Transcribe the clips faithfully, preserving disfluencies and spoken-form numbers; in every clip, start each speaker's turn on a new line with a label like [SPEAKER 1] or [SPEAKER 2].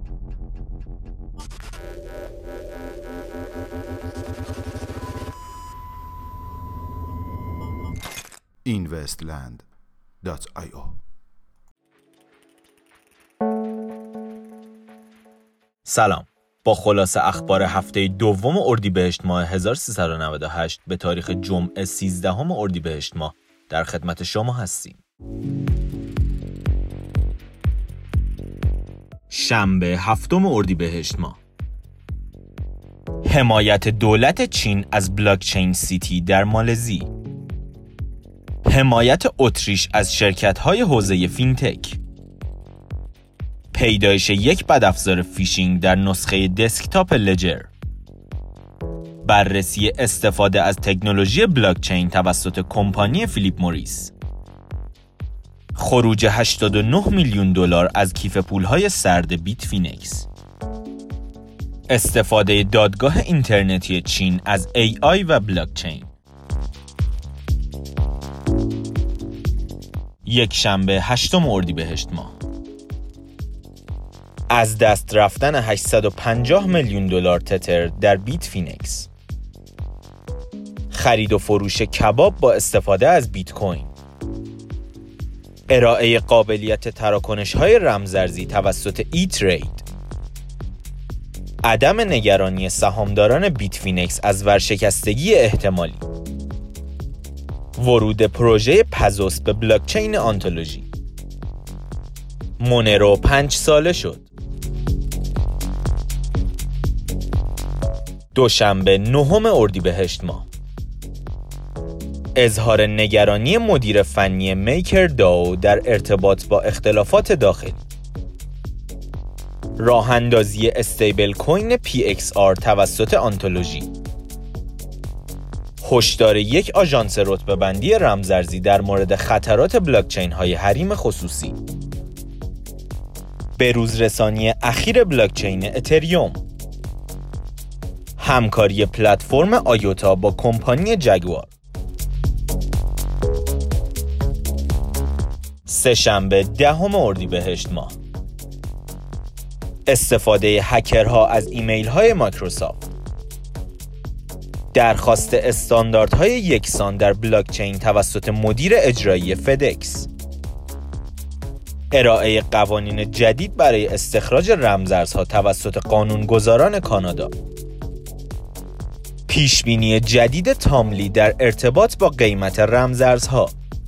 [SPEAKER 1] اینوستلند دات آی او.
[SPEAKER 2] سلام. با خلاصه اخبار هفته دوم اردیبهشت ماه هزار و سیصد و نود و هشت به تاریخ جمعه سیزدهم اردیبهشت ماه در خدمت شما هستیم. شنبه هفتم اردیبهشت ماه. حمایت دولت چین از بلاکچین سیتی در مالزی. حمایت اتریش از شرکت‌های حوزه فینتک. پیدایش یک بدافزار فیشینگ در نسخه دسکتاپ لجر. بررسی استفاده از تکنولوژی بلاکچین توسط کمپانی فیلیپ موریس. خروج هشتاد و نه میلیون دلار از کیف پول‌های سرد بیت فینکس. استفاده دادگاه اینترنتی چین از ای آی و بلاکچین. یک شنبه هشتم اردیبهشت ماه. از دست رفتن هشتصد و پنجاه میلیون دلار تتر در بیت فینکس. خرید و فروش کباب با استفاده از بیت کوین. ارائه قابلیت تراکنش‌های رمزارزی توسط ای ترید. عدم نگرانی سهامداران بیت فینکس از ورشکستگی احتمالی. ورود پروژه پزوس به بلاکچین آنتولوژی. مونرو پنج ساله شد. دوشنبه نهم اردیبهشت ماه. اظهار نگرانی مدیر فنی میکر داو در ارتباط با اختلافات داخلی. راه اندازی استیبل کوین پی ایکس آر توسط آنتولوژی. هشدار یک آژانس رتبه بندی رمزارزی در مورد خطرات بلاکچین های حریم خصوصی. بروز رسانی اخیر بلاکچین اتریوم. همکاری پلتفرم آیوتا با کمپانی جگوار. سه‌شنبه دهم اردیبهشت ماه. استفاده هکرها از ایمیل های مایکروسافت. درخواست استانداردهای یکسان در بلاکچین توسط مدیر اجرایی فدکس. ارائه قوانین جدید برای استخراج رمزارزها توسط قانونگذاران کانادا. پیشبینی جدید تاملی در ارتباط با قیمت رمزارزها.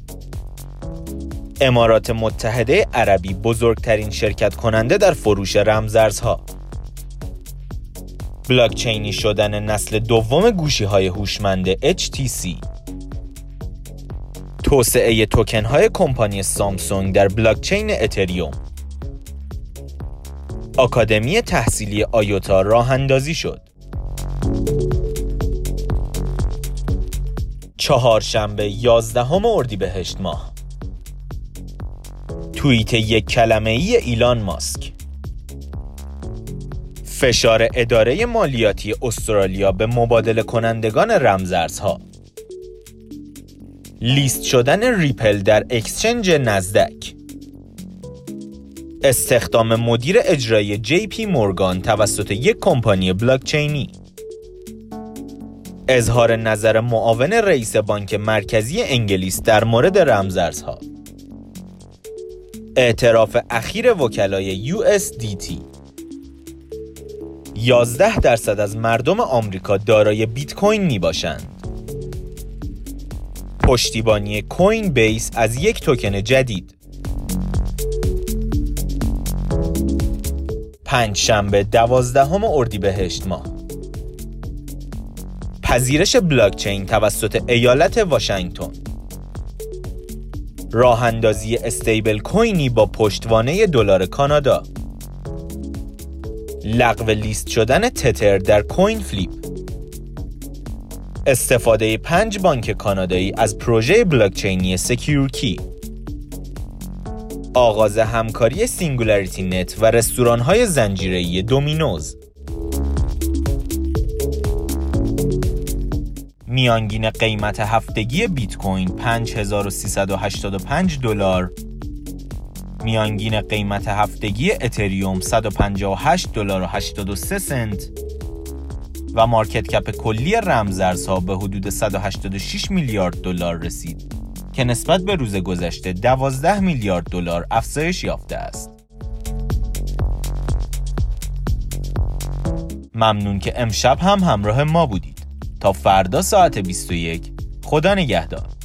[SPEAKER 2] امارات متحده عربی بزرگترین شرکت کننده در فروش رمزارزها. بلاکچینی شدن نسل دوم گوشی‌های هوشمند اچ تی سی. توسعه توکن‌های کمپانی سامسونگ در بلاکچین اتریوم. آکادمی تحصیلی آیوتا راه اندازی شد. چهارشنبه یازدهم اردیبهشت ماه. توییت یک کلمه‌ای ایلان ماسک. فشار اداره مالیاتی استرالیا به مبادله کنندگان رمزارزها. لیست شدن ریپل در اکسچنج نزدک. استخدام مدیر اجرایی جی پی مورگان توسط یک کمپانی بلاکچینی. اظهار نظر معاون رئیس بانک مرکزی انگلیس در مورد رمزارزها. اعتراف اخیر وکلای یو اس دی تی. یازده درصد از مردم آمریکا دارای بیت کوین می باشند. پشتیبانی کوین بیس از یک توکن جدید. پنجشنبه دوازدهم اردیبهشت ماه. پذیرش بلاکچین توسط ایالت واشنگتن. راه اندازی استیبل کوینی با پشتوانه دلار کانادا. لغو لیست شدن تتر در کوین فلیپ. استفاده پنج بانک کانادایی از پروژه بلاکچینی سکیور کی. آغاز همکاری سینگولاریتی نت و رستوران‌های زنجیره‌ای دومینوز. میانگین قیمت هفتگی بیت کوین پنج هزار و سیصد و هشتاد و پنج دلار میانگین قیمت هفتگی اتریوم صد و پنجاه و هشت دلار و هشتاد و سه سنت و مارکت کپ کلی رمزارزها به حدود صد و هشتاد و شش میلیارد دلار رسید که نسبت به روز گذشته دوازده میلیارد دلار افزایش یافته است. ممنون که امشب هم همراه ما بودید. تا فردا ساعت بیست و یک، خدا نگهدار.